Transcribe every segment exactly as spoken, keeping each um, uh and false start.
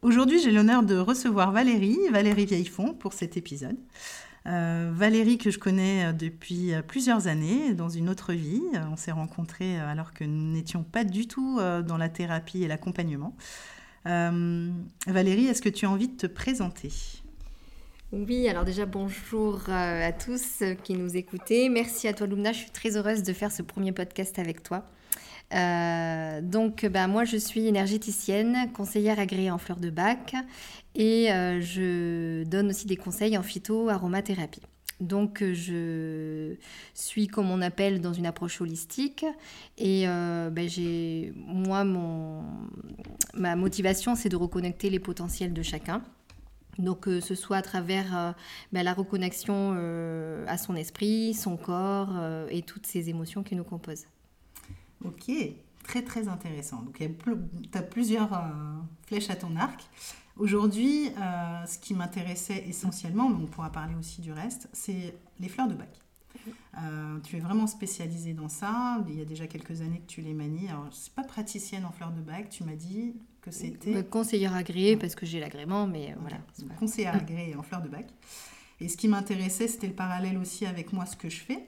Aujourd'hui, j'ai l'honneur de recevoir Valérie, Valérie Vieillefond, pour cet épisode. Euh, Valérie, que je connais depuis plusieurs années, dans une autre vie. On s'est rencontrés alors que nous n'étions pas du tout dans la thérapie et l'accompagnement. Euh, Valérie, est-ce que tu as envie de te présenter ? Oui, alors déjà bonjour à tous qui nous écoutez. Merci à toi Lumna, je suis très heureuse de faire ce premier podcast avec toi. Euh, donc bah, moi je suis énergéticienne, conseillère agréée en fleurs de bac et euh, je donne aussi des conseils en phyto-aromathérapie. Donc je suis comme on appelle dans une approche holistique et euh, bah, j'ai, moi mon, ma motivation c'est de reconnecter les potentiels de chacun. Donc que euh, ce soit à travers euh, bah, la reconnexion euh, à son esprit, son corps euh, et toutes ces émotions qui nous composent. Ok, très très intéressant. Donc tu as plusieurs euh, flèches à ton arc. Aujourd'hui, euh, ce qui m'intéressait essentiellement, mais on pourra parler aussi du reste, c'est les fleurs de bac. Euh, tu es vraiment spécialisée dans ça. Il y a déjà quelques années que tu les manies. Alors, je ne suis pas praticienne en fleurs de bac. Tu m'as dit que c'était... Bah, conseillère agréée, parce que j'ai l'agrément, mais okay. voilà. Donc, conseillère agréée en fleurs de bac. Et ce qui m'intéressait, c'était le parallèle aussi avec moi, ce que je fais.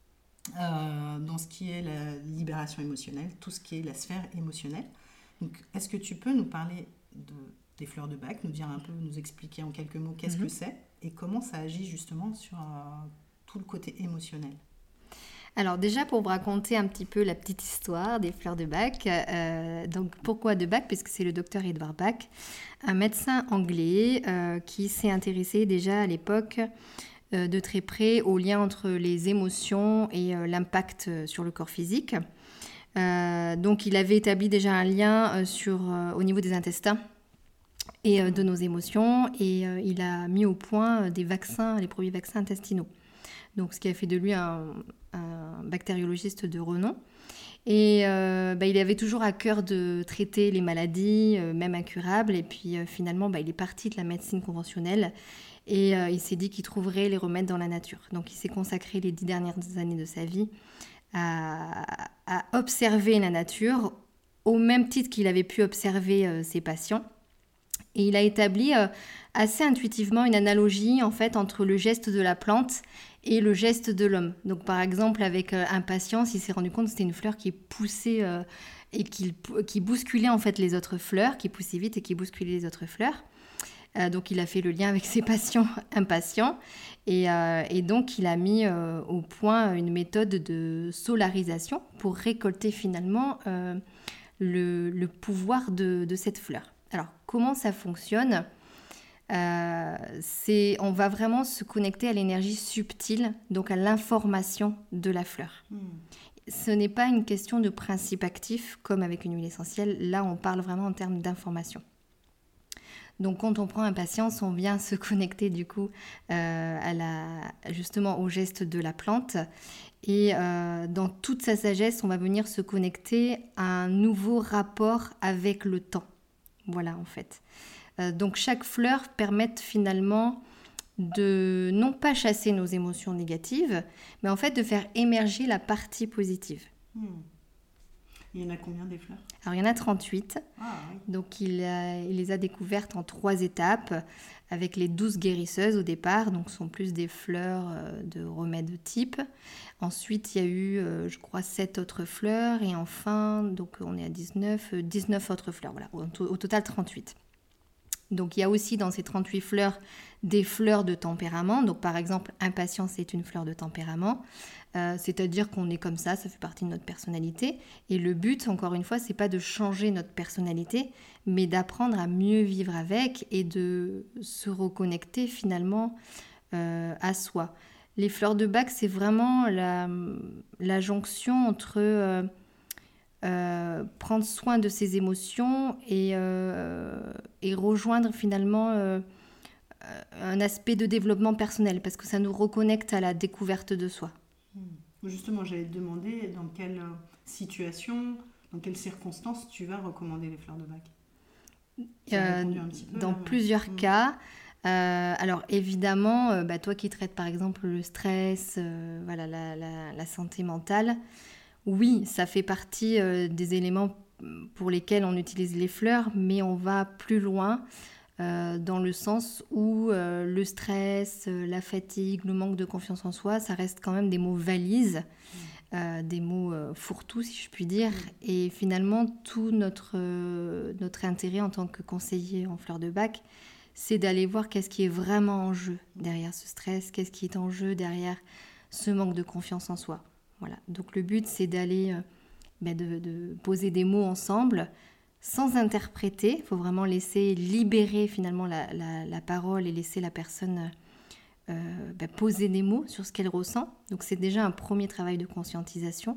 Euh, dans ce qui est la libération émotionnelle, tout ce qui est la sphère émotionnelle. Donc, est-ce que tu peux nous parler de, des fleurs de bac, nous dire un peu, nous expliquer en quelques mots qu'est-ce mm-hmm. que c'est et comment ça agit justement sur euh, tout le côté émotionnel? Alors déjà, pour vous raconter un petit peu la petite histoire des fleurs de Bach, euh, donc pourquoi de Bach? Parce que c'est le docteur Edward Bach, un médecin anglais euh, qui s'est intéressé déjà à l'époque euh, de très près au lien entre les émotions et euh, l'impact sur le corps physique. Euh, donc il avait établi déjà un lien euh, sur, euh, au niveau des intestins et euh, de nos émotions et euh, il a mis au point des vaccins, les premiers vaccins intestinaux. Donc, ce qui a fait de lui un, un bactériologiste de renom. Et euh, bah, il avait toujours à cœur de traiter les maladies, euh, même incurables. Et puis euh, finalement, bah, il est parti de la médecine conventionnelle et euh, il s'est dit qu'il trouverait les remèdes dans la nature. Donc, il s'est consacré les dix dernières années de sa vie à, à observer la nature, au même titre qu'il avait pu observer euh, ses patients. Et il a établi euh, assez intuitivement une analogie en fait entre le geste de la plante et le geste de l'homme. Donc par exemple avec euh, impatience, il s'est rendu compte que c'était une fleur qui poussait euh, et qui, qui bousculait en fait les autres fleurs, qui poussait vite et qui bousculait les autres fleurs. Euh, donc il a fait le lien avec ses patients impatients et, euh, et donc il a mis euh, au point une méthode de solarisation pour récolter finalement euh, le, le pouvoir de, de cette fleur. Alors, comment ça fonctionne ? euh, c'est, on va vraiment se connecter à l'énergie subtile, donc à l'information de la fleur. Mmh. Ce n'est pas une question de principe actif, comme avec une huile essentielle. Là, on parle vraiment en termes d'information. Donc, quand on prend impatience, on vient se connecter du coup euh, à la, justement au geste de la plante. Et euh, dans toute sa sagesse, on va venir se connecter à un nouveau rapport avec le temps. Voilà, en fait. Euh, donc, chaque fleur permet finalement de non pas chasser nos émotions négatives, mais en fait de faire émerger la partie positive. Hmm. Il y en a combien des fleurs ? Alors, il y en a trente-huit. Ah, oui. Donc, il, a, il les a découvertes en trois étapes, avec les douze guérisseuses au départ. Donc, ce sont plus des fleurs euh, de remède type. Ensuite, il y a eu, euh, je crois, sept autres fleurs. Et enfin, donc on est à dix-neuf, euh, dix-neuf autres fleurs. Voilà, au, au total trente-huit. Donc, il y a aussi dans ces trente-huit fleurs des fleurs de tempérament. Donc, par exemple, impatience est une fleur de tempérament. Euh, c'est-à-dire qu'on est comme ça, ça fait partie de notre personnalité. Et le but, encore une fois, c'est pas de changer notre personnalité, mais d'apprendre à mieux vivre avec et de se reconnecter finalement euh, à soi. Les fleurs de bac, c'est vraiment la, la jonction entre euh, euh, prendre soin de ses émotions et, euh, et rejoindre finalement euh, un aspect de développement personnel, parce que ça nous reconnecte à la découverte de soi. Justement, j'allais te demander dans quelle situation, dans quelles circonstances tu vas recommander les fleurs de bac. euh, peu, Dans là, plusieurs mais... cas. Euh, alors évidemment, euh, bah, toi qui traites par exemple le stress, euh, voilà, la, la, la santé mentale, oui, ça fait partie euh, des éléments pour lesquelles on utilise les fleurs, mais on va plus loin euh, dans le sens où euh, le stress, euh, la fatigue, le manque de confiance en soi, ça reste quand même des mots valises, euh, des mots euh, fourre-tout si je puis dire. Et finalement, tout notre, euh, notre intérêt en tant que conseiller en fleurs de bac, c'est d'aller voir qu'est-ce qui est vraiment en jeu derrière ce stress, qu'est-ce qui est en jeu derrière ce manque de confiance en soi. Voilà. Donc le but, c'est d'aller, euh, ben de, de poser des mots ensemble, sans interpréter. Il faut vraiment laisser libérer finalement la, la, la parole et laisser la personne euh, ben poser des mots sur ce qu'elle ressent. Donc c'est déjà un premier travail de conscientisation.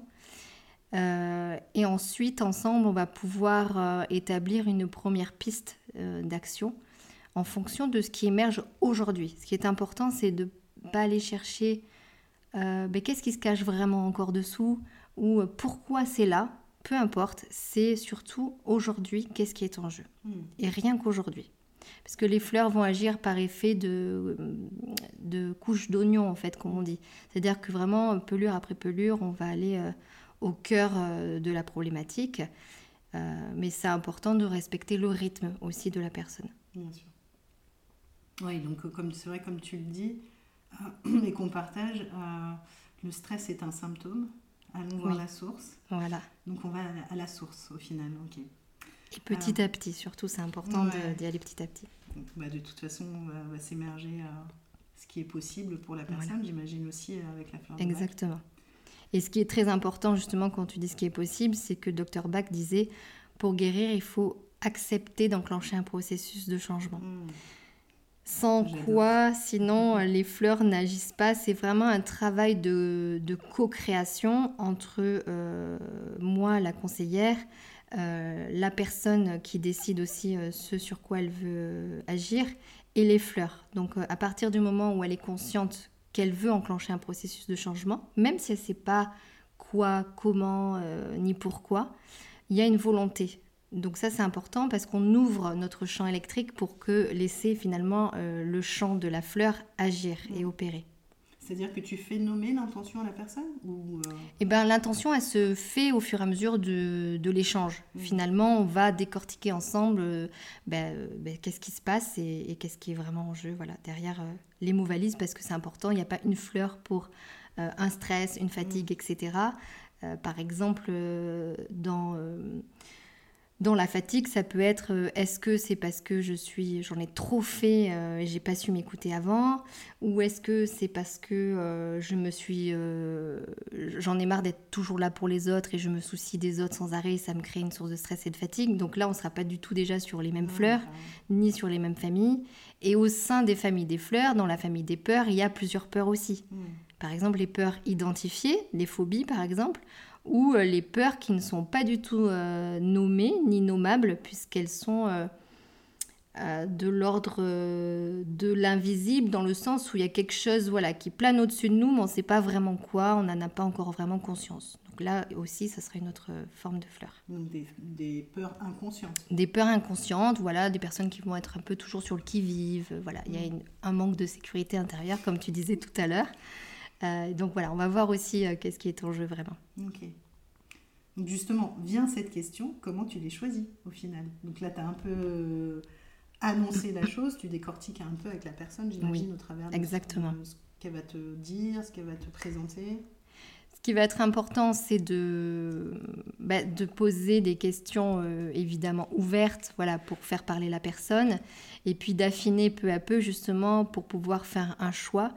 Euh, et ensuite, ensemble, on va pouvoir euh, établir une première piste euh, d'action en fonction de ce qui émerge aujourd'hui. Ce qui est important, c'est de ne pas aller chercher euh, ben, qu'est-ce qui se cache vraiment encore dessous ou euh, pourquoi c'est là. Peu importe, c'est surtout aujourd'hui qu'est-ce qui est en jeu. Mmh. Et rien qu'aujourd'hui. Parce que les fleurs vont agir par effet de, de couche d'oignon, en fait, comme on dit. C'est-à-dire que vraiment, pelure après pelure, on va aller euh, au cœur euh, de la problématique. Euh, mais c'est important de respecter le rythme aussi de la personne. Bien sûr. Oui, donc comme, c'est vrai, comme tu le dis, euh, et qu'on partage, euh, le stress est un symptôme. Allons voir oui. la source. Voilà. Donc on va à la, à la source au final. Ok. Et petit euh, à petit, surtout, c'est important ouais. d'y aller petit à petit. Donc, bah, de toute façon, on va, va s'émerger euh, ce qui est possible pour la personne, voilà. J'imagine aussi euh, avec la fleur de Exactement. Bach. Et ce qui est très important, justement, quand tu dis ce qui est possible, c'est que docteur Bach disait, pour guérir, il faut accepter d'enclencher un processus de changement. Mmh. Sans J'adore. Quoi, sinon, mmh. les fleurs n'agissent pas. C'est vraiment un travail de, de co-création entre euh, moi, la conseillère, euh, la personne qui décide aussi euh, ce sur quoi elle veut euh, agir, et les fleurs. Donc, euh, à partir du moment où elle est consciente qu'elle veut enclencher un processus de changement, même si elle ne sait pas quoi, comment, euh, ni pourquoi, il y a une volonté. Donc ça, c'est important parce qu'on ouvre notre champ électrique pour que laisser finalement euh, le champ de la fleur agir mmh. et opérer. C'est-à-dire que tu fais nommer l'intention à la personne ou euh... Eh ben, l'intention, elle se fait au fur et à mesure de, de l'échange. Mmh. Finalement, on va décortiquer ensemble euh, ben, euh, ben, qu'est-ce qui se passe et, et qu'est-ce qui est vraiment en jeu voilà, derrière euh, les mots valises, parce que c'est important. Il n'y a pas une fleur pour euh, un stress, une fatigue, mmh. et cetera. Euh, par exemple, euh, dans... Euh, Dans la fatigue, ça peut être euh, est-ce que c'est parce que je suis, j'en ai trop fait euh, et j'ai pas su m'écouter avant, ou est-ce que c'est parce que euh, je me suis, euh, j'en ai marre d'être toujours là pour les autres et je me soucie des autres sans arrêt, et ça me crée une source de stress et de fatigue. Donc là, on sera pas du tout déjà sur les mêmes mmh, fleurs, mmh. ni sur les mêmes familles. Et au sein des familles des fleurs, dans la famille des peurs, il y a plusieurs peurs aussi. Mmh. Par exemple, les peurs identifiées, les phobies par exemple, ou euh, les peurs qui ne sont pas du tout euh, nommées ni nommables, puisqu'elles sont euh, euh, de l'ordre euh, de l'invisible, dans le sens où il y a quelque chose voilà, qui plane au-dessus de nous, mais on ne sait pas vraiment quoi, on n'en a pas encore vraiment conscience. Donc là aussi, ça serait une autre forme de fleur. Donc des, des peurs inconscientes. Des peurs inconscientes, voilà, des personnes qui vont être un peu toujours sur le qui-vive. Voilà, il y a une, un manque de sécurité intérieure, comme tu disais tout à l'heure. Euh, donc voilà, on va voir aussi euh, qu'est-ce qui est en jeu vraiment. Ok. Donc justement, vient cette question, comment tu les choisis au final? Donc là, tu as un peu euh, annoncé la chose, tu décortiques un peu avec la personne, j'imagine, oui, au travers de exactement. ce, ce qu'elle va te dire, ce qu'elle va te présenter. Ce qui va être important, c'est de, bah, de poser des questions euh, évidemment ouvertes, voilà, pour faire parler la personne, et puis d'affiner peu à peu justement pour pouvoir faire un choix.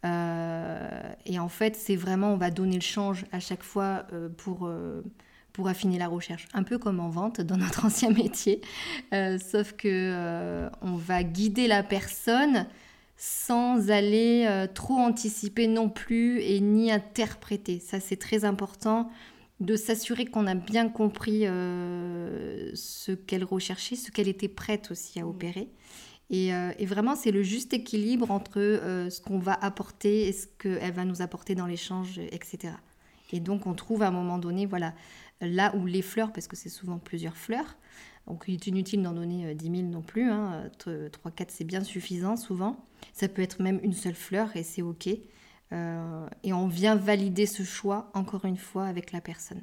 Euh, et en fait, c'est vraiment, on va donner le change à chaque fois euh, pour, euh, pour affiner la recherche. Un peu comme en vente dans notre ancien métier, euh, sauf que euh, on va guider la personne sans aller euh, trop anticiper non plus et ni interpréter. Ça, c'est très important de s'assurer qu'on a bien compris euh, ce qu'elle recherchait, ce qu'elle était prête aussi à opérer. Et, euh, et vraiment, c'est le juste équilibre entre euh, ce qu'on va apporter et ce qu'elle va nous apporter dans l'échange, et cetera. Et donc, on trouve à un moment donné, voilà, là où les fleurs, parce que c'est souvent plusieurs fleurs, donc il est inutile d'en donner dix mille non plus, hein, trois quatre c'est bien suffisant souvent. Ça peut être même une seule fleur et c'est OK. Euh, et on vient valider ce choix, encore une fois, avec la personne.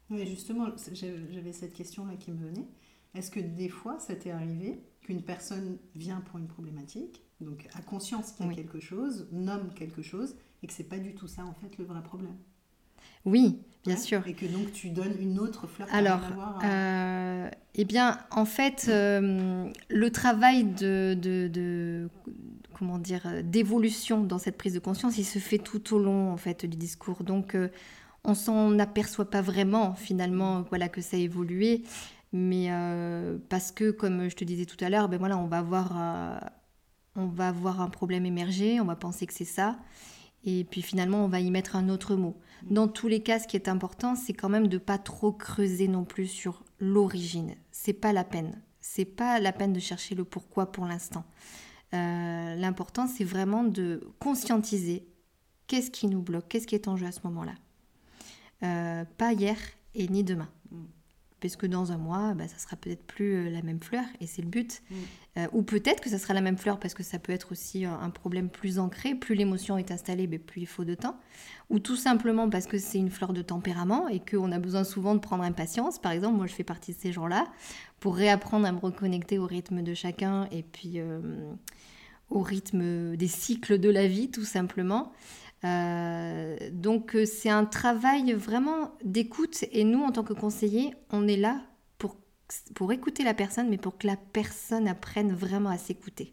Oui, justement, j'avais cette question-là qui me venait. Est-ce que des fois, ça t'est arrivé qu'une personne vient pour une problématique, donc a conscience qu'il y a oui. quelque chose, nomme quelque chose, et que c'est pas du tout ça, en fait, le vrai problème? Oui, bien ouais. sûr. Et que donc tu donnes une autre fleur qui Alors, n'a rien à voir. Euh, eh bien, en fait, euh, le travail de, de, de comment dire, d'évolution dans cette prise de conscience, il se fait tout au long, en fait, du discours. Donc, euh, on s'en aperçoit pas vraiment, finalement, voilà, que ça a évolué. Mais euh, parce que, comme je te disais tout à l'heure, ben voilà, on va avoir, euh, on va avoir un problème émerger, on va penser que c'est ça. Et puis finalement, on va y mettre un autre mot. Dans tous les cas, ce qui est important, c'est quand même de ne pas trop creuser non plus sur l'origine. C'est pas la peine. C'est pas la peine de chercher le pourquoi pour l'instant. Euh, l'important, c'est vraiment de conscientiser qu'est-ce qui nous bloque, qu'est-ce qui est en jeu à ce moment-là. Euh, pas hier et ni demain. Parce que dans un mois, bah, ça sera peut-être plus la même fleur, et c'est le but. Mm. Euh, ou peut-être que ça sera la même fleur, parce que ça peut être aussi un problème plus ancré. Plus l'émotion est installée, bah, plus il faut de temps. Ou tout simplement parce que c'est une fleur de tempérament, et qu'on a besoin souvent de prendre impatience. Par exemple, moi, je fais partie de ces gens-là, pour réapprendre à me reconnecter au rythme de chacun, et puis euh, au rythme des cycles de la vie, tout simplement. Euh, donc c'est un travail vraiment d'écoute, et nous en tant que conseillers on est là pour, pour écouter la personne, mais pour que la personne apprenne vraiment à s'écouter,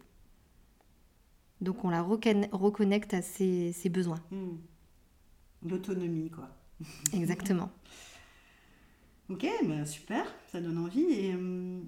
donc on la reconna- reconnecte à ses, ses besoins. mmh. L'autonomie quoi. Exactement. Ok, bah super, ça donne envie. Et euh,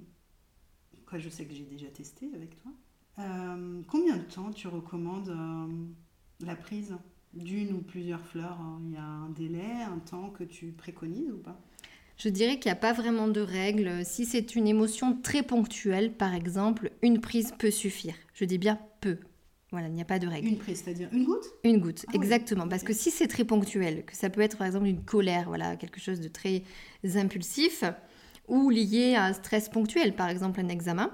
quoi, je sais que j'ai déjà testé avec toi. Euh, combien de temps tu recommandes euh, la prise d'une ou plusieurs fleurs? Il y a un délai, un temps que tu préconises ou pas? Je dirais qu'il n'y a pas vraiment de règle. Si c'est une émotion très ponctuelle, par exemple, une prise peut suffire. Je dis bien peu. Voilà, il n'y a pas de règle. Une prise, c'est-à-dire une goutte? Une goutte, ah exactement. Oui. Parce Okay. que si c'est très ponctuel, que ça peut être par exemple une colère, voilà, quelque chose de très impulsif, ou lié à un stress ponctuel, par exemple un examen,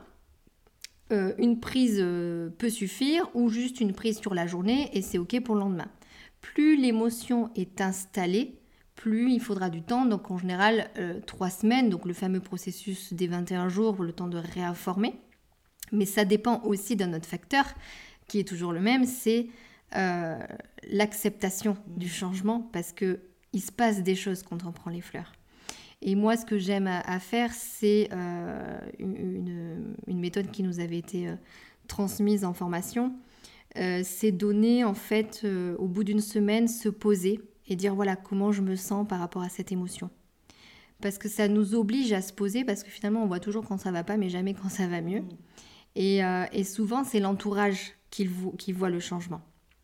euh, une prise euh, peut suffire, ou juste une prise sur la journée, et c'est ok pour le lendemain. Plus l'émotion est installée, plus il faudra du temps, donc en général euh, trois semaines, donc le fameux processus des vingt et un jours, le temps de réinformer. Mais ça dépend aussi d'un autre facteur qui est toujours le même, c'est euh, l'acceptation mmh. du changement, parce qu'il se passe des choses quand on prend les fleurs. Et moi, ce que j'aime à, à faire, c'est euh, une, une méthode qui nous avait été euh, transmise en formation, euh, c'est donner en fait, euh, au bout d'une semaine, se poser et dire voilà comment je me sens par rapport à cette émotion. Parce que ça nous oblige à se poser, parce que finalement on voit toujours quand ça va pas, mais jamais quand ça va mieux. Mmh. Et, euh, et souvent c'est l'entourage qui, qui voit le changement.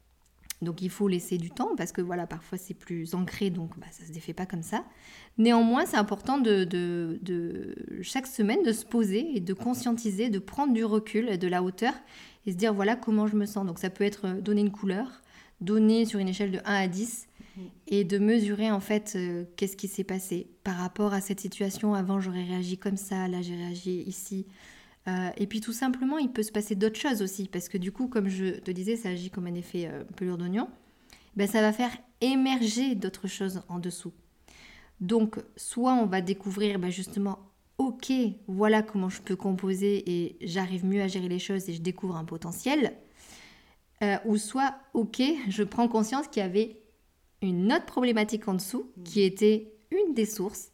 Donc il faut laisser du temps, parce que voilà, parfois c'est plus ancré, donc bah, ça se défait pas comme ça. Néanmoins, c'est important de, de, de chaque semaine de se poser et de conscientiser, de prendre du recul, de la hauteur, et se dire voilà comment je me sens. Donc ça peut être donner une couleur, donner sur une échelle de un à dix, mmh. et de mesurer en fait euh, qu'est-ce qui s'est passé par rapport à cette situation. Avant j'aurais réagi comme ça, là j'ai réagi ici. Euh, et puis tout simplement, il peut se passer d'autres choses aussi, parce que du coup, comme je te disais, ça agit comme un effet euh, pelure d'oignon, ben, ça va faire émerger d'autres choses en dessous. Donc, soit on va découvrir ben, justement, ok, voilà comment je peux composer et j'arrive mieux à gérer les choses et je découvre un potentiel, euh, ou soit, ok, je prends conscience qu'il y avait une autre problématique en dessous, qui était une des sources.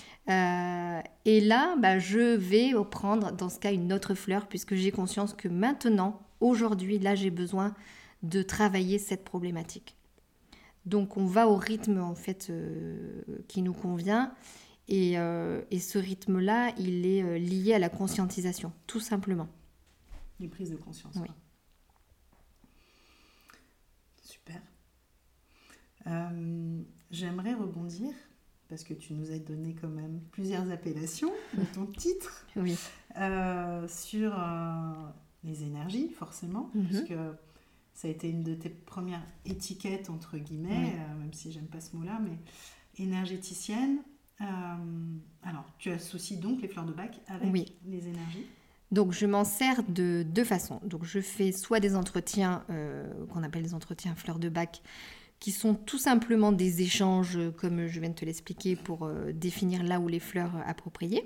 Euh, et là, bah, je vais prendre dans ce cas une autre fleur, puisque j'ai conscience que maintenant, aujourd'hui, là, j'ai besoin de travailler cette problématique. Donc, on va au rythme en fait euh, qui nous convient, et, euh, et ce rythme-là, il est euh, lié à la conscientisation, tout simplement. Une prise de conscience. Oui. Ouais. Super. Euh, j'aimerais rebondir, parce que tu nous as donné quand même plusieurs appellations de ton titre, oui. euh, sur euh, les énergies, forcément, mm-hmm. puisque ça a été une de tes premières étiquettes, entre guillemets, oui. euh, même si j'aime pas ce mot-là, mais énergéticienne. Euh, alors, tu associes donc les fleurs de Bach avec oui. les énergies? Donc, je m'en sers de deux façons. Donc, je fais soit des entretiens, euh, qu'on appelle des entretiens fleurs de Bach, qui sont tout simplement des échanges, comme je viens de te l'expliquer, pour euh, définir là où les fleurs appropriées.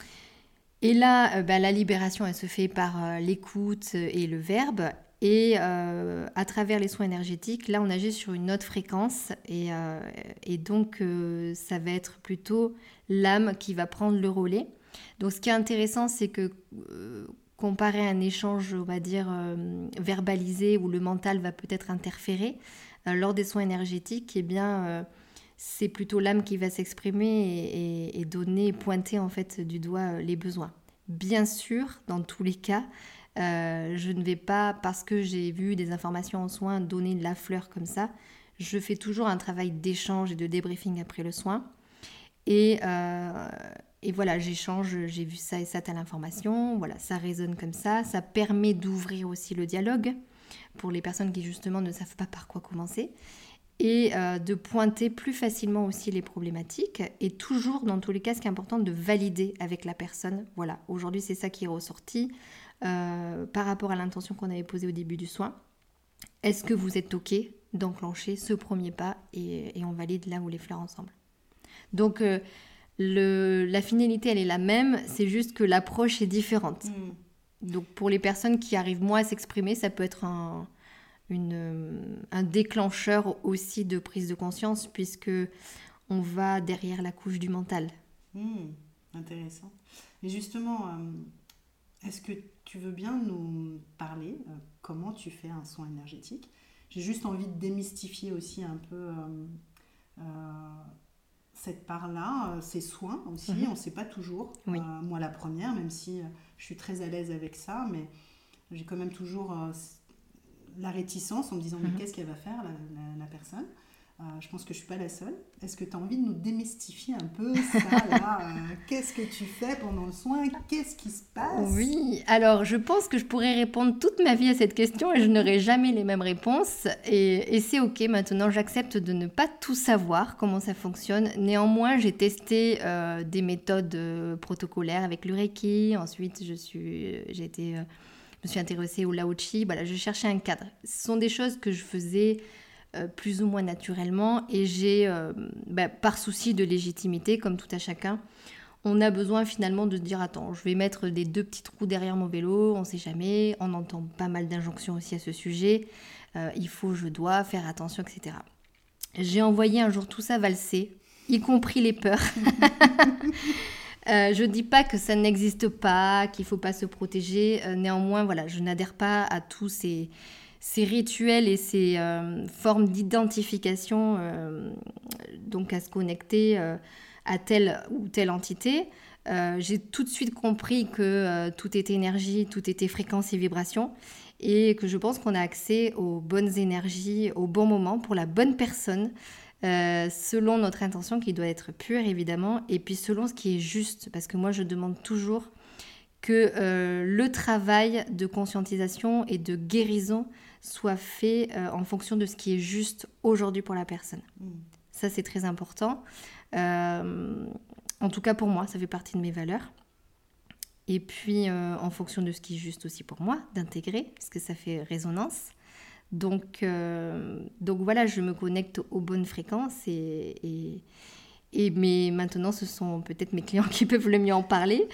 Et là, euh, bah, la libération, elle se fait par euh, l'écoute et le verbe. Et euh, à travers les soins énergétiques, là, on agit sur une autre fréquence. Et, euh, et donc, euh, ça va être plutôt l'âme qui va prendre le relais. Donc, ce qui est intéressant, c'est que euh, comparé à un échange, on va dire, euh, verbalisé, où le mental va peut-être interférer, euh, lors des soins énergétiques, eh bien, euh, c'est plutôt l'âme qui va s'exprimer et, et, et donner, pointer en fait du doigt les besoins. Bien sûr, dans tous les cas, euh, je ne vais pas, parce que j'ai vu des informations en soins, donner de la fleur comme ça. Je fais toujours un travail d'échange et de débriefing après le soin. Et, euh, et voilà, j'échange, j'ai vu ça et ça, t'as l'information. Voilà, ça résonne comme ça. Ça permet d'ouvrir aussi le dialogue pour les personnes qui justement ne savent pas par quoi commencer. Et euh, de pointer plus facilement aussi les problématiques. Et toujours, dans tous les cas, ce qui est important, de valider avec la personne. Voilà, aujourd'hui, c'est ça qui est ressorti euh, par rapport à l'intention qu'on avait posée au début du soin. Est-ce que vous êtes OK d'enclencher ce premier pas et, et on valide là où les fleurs ensemble. Donc, euh, le, la finalité, elle est la même, c'est juste que l'approche est différente. Mmh. Donc, pour les personnes qui arrivent moins à s'exprimer, ça peut être un... Une, un déclencheur aussi de prise de conscience puisque on va derrière la couche du mental. Mmh, intéressant. Et justement, euh, est-ce que tu veux bien nous parler euh, comment tu fais un soin énergétique ? J'ai juste envie de démystifier aussi un peu euh, euh, cette part-là, euh, ces soins aussi, mmh. on ne sait pas toujours. Oui. Euh, moi la première, même si euh, je suis très à l'aise avec ça, mais j'ai quand même toujours... Euh, la réticence en me disant mais mmh. qu'est-ce qu'elle va faire la, la, la personne euh, je pense que je ne suis pas la seule. Est-ce que tu as envie de nous démystifier un peu ça là euh, qu'est-ce que tu fais pendant le soin, qu'est-ce qui se passe? Oui, alors je pense que je pourrais répondre toute ma vie à cette question et je n'aurai jamais les mêmes réponses et, et c'est ok, maintenant j'accepte de ne pas tout savoir comment ça fonctionne. Néanmoins j'ai testé euh, des méthodes euh, protocolaires avec le Reiki, ensuite je suis, j'ai été... Euh, Je me suis intéressée au Lao Chi, voilà, je cherchais un cadre. Ce sont des choses que je faisais euh, plus ou moins naturellement et j'ai, euh, bah, par souci de légitimité, comme tout à chacun, on a besoin finalement de se dire attends, je vais mettre des deux petits trous derrière mon vélo, on ne sait jamais, on entend pas mal d'injonctions aussi à ce sujet, euh, il faut, je dois, faire attention, et cetera. J'ai envoyé un jour tout ça valser, y compris les peurs. Euh, je ne dis pas que ça n'existe pas, qu'il ne faut pas se protéger. Euh, néanmoins, voilà, je n'adhère pas à tous ces, ces rituels et ces euh, formes d'identification, euh, donc à se connecter euh, à telle ou telle entité. Euh, j'ai tout de suite compris que euh, tout était énergie, tout était fréquence et vibration, et que je pense qu'on a accès aux bonnes énergies au bon moment pour la bonne personne. Euh, selon notre intention qui doit être pure évidemment et puis selon ce qui est juste parce que moi je demande toujours que euh, le travail de conscientisation et de guérison soit fait euh, en fonction de ce qui est juste aujourd'hui pour la personne. Mmh. Ça c'est très important. Euh, en tout cas pour moi ça fait partie de mes valeurs. Et puis euh, en fonction de ce qui est juste aussi pour moi d'intégrer parce que ça fait résonance. Donc, euh, donc voilà, je me connecte aux bonnes fréquences et, et, et mais maintenant ce sont peut-être mes clients qui peuvent le mieux en parler.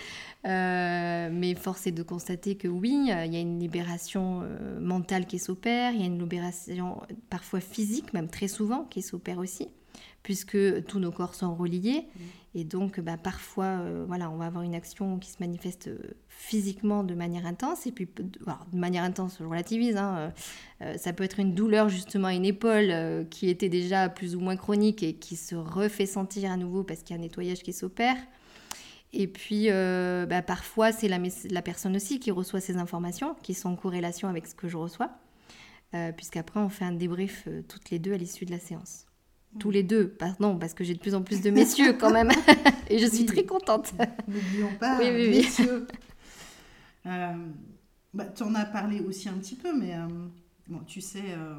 Euh, mais force est de constater que oui, il y a une libération euh, mentale qui s'opère, il y a une libération parfois physique, même très souvent, qui s'opère aussi, puisque tous nos corps sont reliés. Mmh. Et donc, bah, parfois, euh, voilà, on va avoir une action qui se manifeste euh, physiquement de manière intense. Et puis, alors, de manière intense, je relativise. Hein, euh, ça peut être une douleur, justement, à une épaule euh, qui était déjà plus ou moins chronique et qui se refait sentir à nouveau parce qu'il y a un nettoyage qui s'opère. Et puis, euh, bah, parfois, c'est la, la personne aussi qui reçoit ces informations, qui sont en corrélation avec ce que je reçois. Euh, puisqu'après, on fait un débrief euh, toutes les deux à l'issue de la séance. Tous les deux, pardon, parce que j'ai de plus en plus de messieurs quand même. Et je suis oui, très contente. N'oublions pas, oui, oui, messieurs. Oui. Euh, bah, tu en as parlé aussi un petit peu, mais euh, bon, tu sais, euh,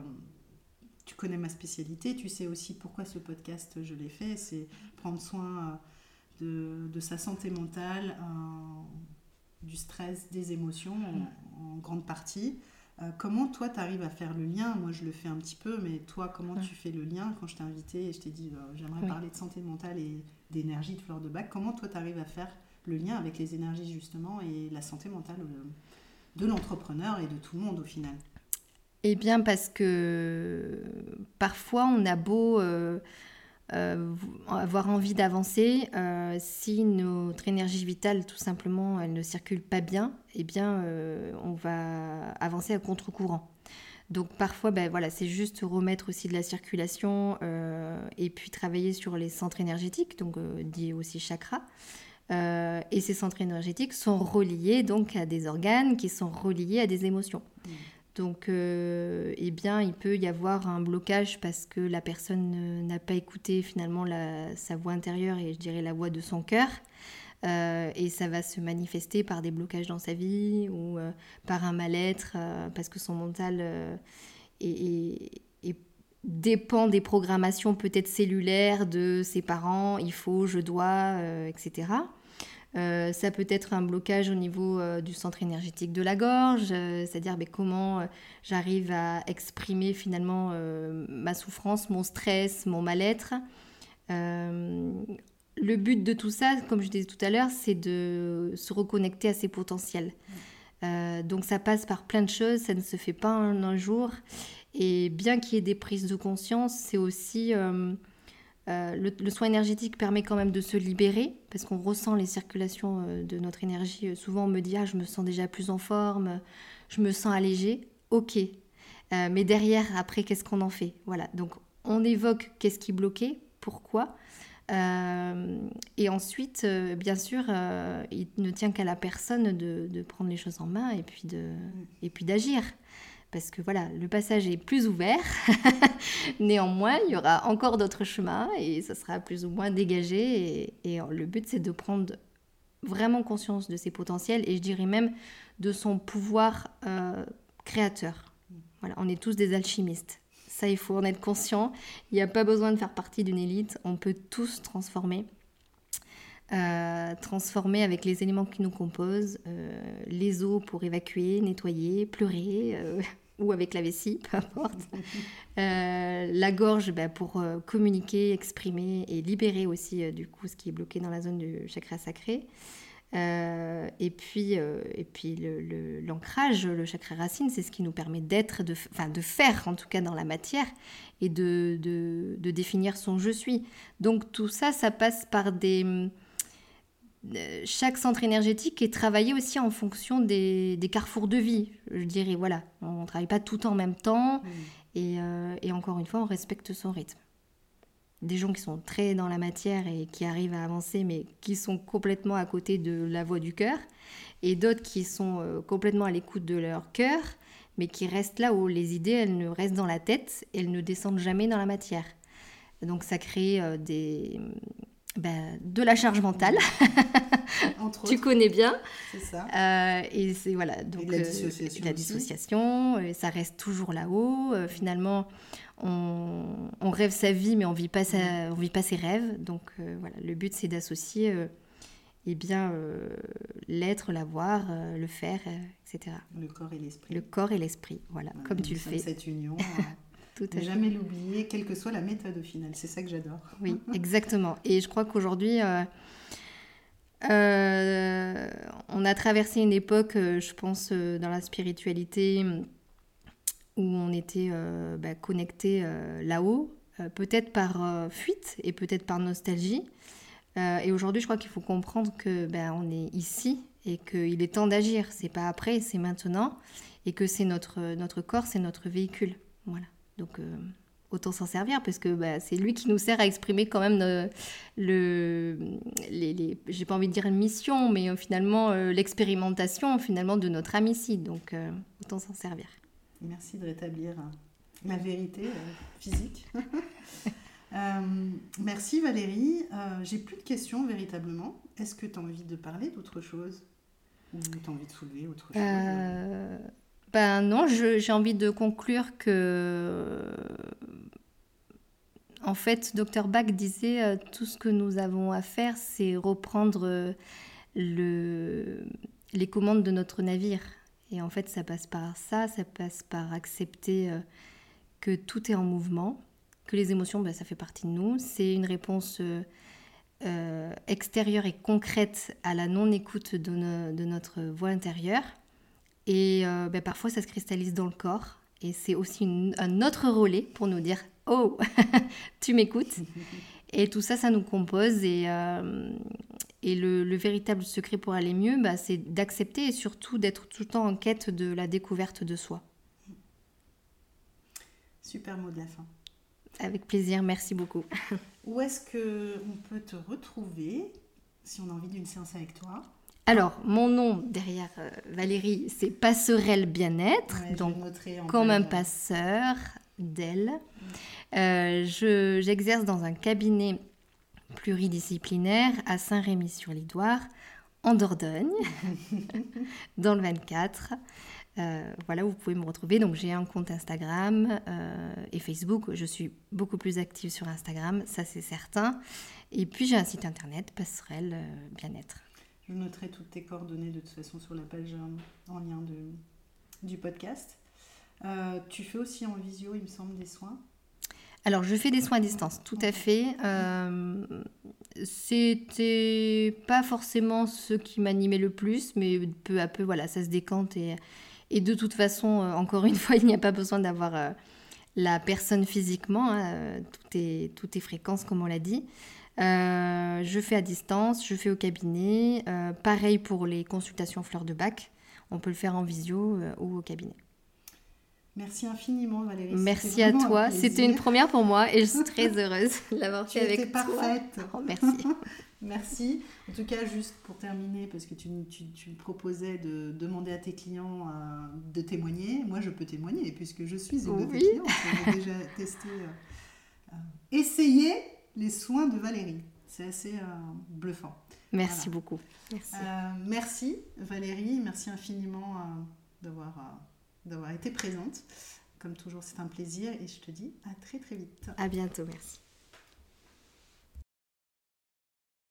tu connais ma spécialité, tu sais aussi pourquoi ce podcast je l'ai fait, c'est prendre soin de, de sa santé mentale, euh, du stress, des émotions en, en grande partie. Euh, comment toi, tu arrives à faire le lien? Moi, je le fais un petit peu, mais toi, comment Ouais. tu fais le lien quand je t'ai invité et je t'ai dit, euh, j'aimerais Oui. parler de santé mentale et d'énergie de fleur de bac. Comment toi, tu arrives à faire le lien avec les énergies, justement, et la santé mentale euh, de l'entrepreneur et de tout le monde, au final? Eh bien, parce que parfois, on a beau euh, euh, avoir envie d'avancer, euh, si notre énergie vitale, tout simplement, elle ne circule pas bien, eh bien, euh, on va avancer à contre-courant. Donc parfois, ben, voilà, c'est juste remettre aussi de la circulation euh, et puis travailler sur les centres énergétiques, donc euh, dit aussi chakras. Euh, et ces centres énergétiques sont reliés donc à des organes qui sont reliés à des émotions. Mm. Donc, euh, eh bien, il peut y avoir un blocage parce que la personne euh, n'a pas écouté finalement la- sa voix intérieure et je dirais la voix de son cœur. Euh, et ça va se manifester par des blocages dans sa vie ou euh, par un mal-être euh, parce que son mental euh, est, est- est- dépend des programmations peut-être cellulaires de ses parents, il faut, je dois, euh, et cetera. Euh, ça peut être un blocage au niveau euh, du centre énergétique de la gorge, euh, c'est-à-dire mais comment euh, j'arrive à exprimer finalement euh, ma souffrance, mon stress, mon mal-être. Euh, le but de tout ça, comme je disais tout à l'heure, c'est de se reconnecter à ses potentiels. Euh, donc ça passe par plein de choses, ça ne se fait pas en un jour. Et bien qu'il y ait des prises de conscience, c'est aussi... euh, euh, le, le soin énergétique permet quand même de se libérer parce qu'on ressent les circulations euh, de notre énergie. Euh, Souvent, on me dit ah, je me sens déjà plus en forme, je me sens allégée. Ok. Euh, mais derrière, après, qu'est-ce qu'on en fait? Voilà. Donc, on évoque qu'est-ce qui bloquait, pourquoi. Euh, et ensuite, euh, bien sûr, euh, il ne tient qu'à la personne de, de prendre les choses en main et puis, de, et puis d'agir. Parce que voilà, le passage est plus ouvert. Néanmoins, il y aura encore d'autres chemins et ça sera plus ou moins dégagé. Et, et le but, c'est de prendre vraiment conscience de ses potentiels et je dirais même de son pouvoir euh, créateur. Voilà, on est tous des alchimistes. Ça, il faut en être conscient. Il n'y a pas besoin de faire partie d'une élite. On peut tous transformer. Euh, transformer avec les éléments qui nous composent, euh, les os pour évacuer, nettoyer, pleurer, euh, ou avec la vessie, peu importe. Euh, la gorge bah, pour euh, communiquer, exprimer et libérer aussi euh, du coup ce qui est bloqué dans la zone du chakra sacré. Euh, et puis, euh, et puis le, le, l'ancrage, le chakra racine, c'est ce qui nous permet d'être, de, enfin, de faire en tout cas dans la matière et de, de, de définir son je suis. Donc tout ça, ça passe par des... Euh, chaque centre énergétique est travaillé aussi en fonction des, des carrefours de vie, je dirais. Voilà, on ne travaille pas tout en même temps Mm. et, euh, et encore une fois, on respecte son rythme. Des gens qui sont très dans la matière et qui arrivent à avancer, mais qui sont complètement à côté de la voix du cœur, et d'autres qui sont euh, complètement à l'écoute de leur cœur, mais qui restent là où les idées, elles ne restent dans la tête, elles ne descendent jamais dans la matière. Donc ça crée euh, des, ben, de la charge mentale. Entre Tu autres, connais bien. c'est ça. Euh, et c'est voilà, donc Et de la euh, dissociation la aussi. dissociation, euh, ça reste toujours là-haut. Euh, finalement, on, on rêve sa vie, mais on vit pas sa, on vit pas ses rêves. Donc euh, voilà, le but c'est d'associer, euh, eh bien, euh, l'être, l'avoir, euh, le faire, euh, et cetera. Le corps et l'esprit. Le corps et l'esprit, voilà, Voilà, comme nous tu le sommes fais. cette union. euh, Tout à Ne fait. jamais l'oublier, quelle que soit la méthode au final. C'est ça que j'adore. Oui, exactement. Et je crois qu'aujourd'hui, euh, euh, on a traversé une époque, euh, je pense, euh, dans la spiritualité, où on était euh, bah, connecté euh, là-haut, euh, peut-être par euh, fuite et peut-être par nostalgie. Euh, et aujourd'hui, je crois qu'il faut comprendre que bah, on est ici et qu'il est temps d'agir. C'est pas après, c'est maintenant, et que c'est notre notre corps, c'est notre véhicule. Voilà. Donc euh, autant s'en servir parce que bah, c'est lui qui nous sert à exprimer quand même le, le les, les j'ai pas envie de dire une mission, mais euh, finalement euh, l'expérimentation finalement de notre âme ici. Donc euh, autant s'en servir. Merci de rétablir euh, la vérité euh, physique. Euh, merci Valérie. Euh, j'ai plus de questions véritablement. Est-ce que tu as envie de parler d'autre chose? Ou tu as envie de soulever autre chose? Euh, ben non, je- j'ai envie de conclure que, en fait, docteur Bach disait euh, tout ce que nous avons à faire, c'est reprendre euh, le, les commandes de notre navire. Et en fait, ça passe par ça, ça passe par accepter euh, que tout est en mouvement, que les émotions, ben, ça fait partie de nous. C'est une réponse euh, euh, extérieure et concrète à la non-écoute de, no- de notre voix intérieure. Et euh, ben, parfois, ça se cristallise dans le corps. Et c'est aussi une- un autre relais pour nous dire « Oh, tu m'écoutes ?» Et tout ça, ça nous compose. Et, euh, et le, le véritable secret pour aller mieux, bah, c'est d'accepter et surtout d'être tout le temps en quête de la découverte de soi. Super mot de la fin. Avec plaisir, merci beaucoup. Où est-ce qu'on peut te retrouver si on a envie d'une séance avec toi? Alors, mon nom derrière euh, Valérie, c'est Passerelle Bien-être, Ouais, je donc le noterai en comme un page. passeur d'aile. Euh, je- j'exerce dans un cabinet pluridisciplinaire à Saint-Rémy-sur-Lidoire, en Dordogne, dans le vingt-quatre. Euh, voilà où vous pouvez me retrouver. Donc j'ai un compte Instagram euh, et Facebook. Je suis beaucoup plus active sur Instagram, ça c'est certain. Et puis j'ai un site internet, Passerelle euh, Bien-être. Je noterai toutes tes coordonnées de toute façon sur la page euh, en lien de, du podcast. Euh, tu fais aussi en visio, il me semble, des soins. Alors je fais des soins à distance, tout à fait. Euh, c'était pas forcément ce qui m'animait le plus, mais peu à peu, voilà, ça se décante et, et de toute façon, euh, encore une fois, il n'y a pas besoin d'avoir euh, la personne physiquement, hein, euh, tout est, tout est fréquence, comme on l'a dit. Euh, je fais à distance, je fais au cabinet. Euh, pareil pour les consultations fleurs de bac. On peut le faire en visio euh, ou au cabinet. Merci infiniment Valérie. Merci C'était à vraiment un toi. plaisir. C'était une première pour moi et je suis très heureuse de l'avoir Tu fait avec étais toi. parfaite. Oh, merci. Merci. En tout cas, juste pour terminer, parce que tu, tu, tu proposais de demander à tes clients euh, de témoigner. Moi, je peux témoigner puisque je suis une de tes Oui. clientes. J'ai déjà testé, euh, euh, essayé les soins de Valérie. C'est assez euh, bluffant. Merci Voilà. beaucoup. Merci. Euh, merci Valérie. Merci infiniment euh, d'avoir, euh, d'avoir été présente. Comme toujours, c'est un plaisir et je te dis à très très vite. À bientôt. Merci.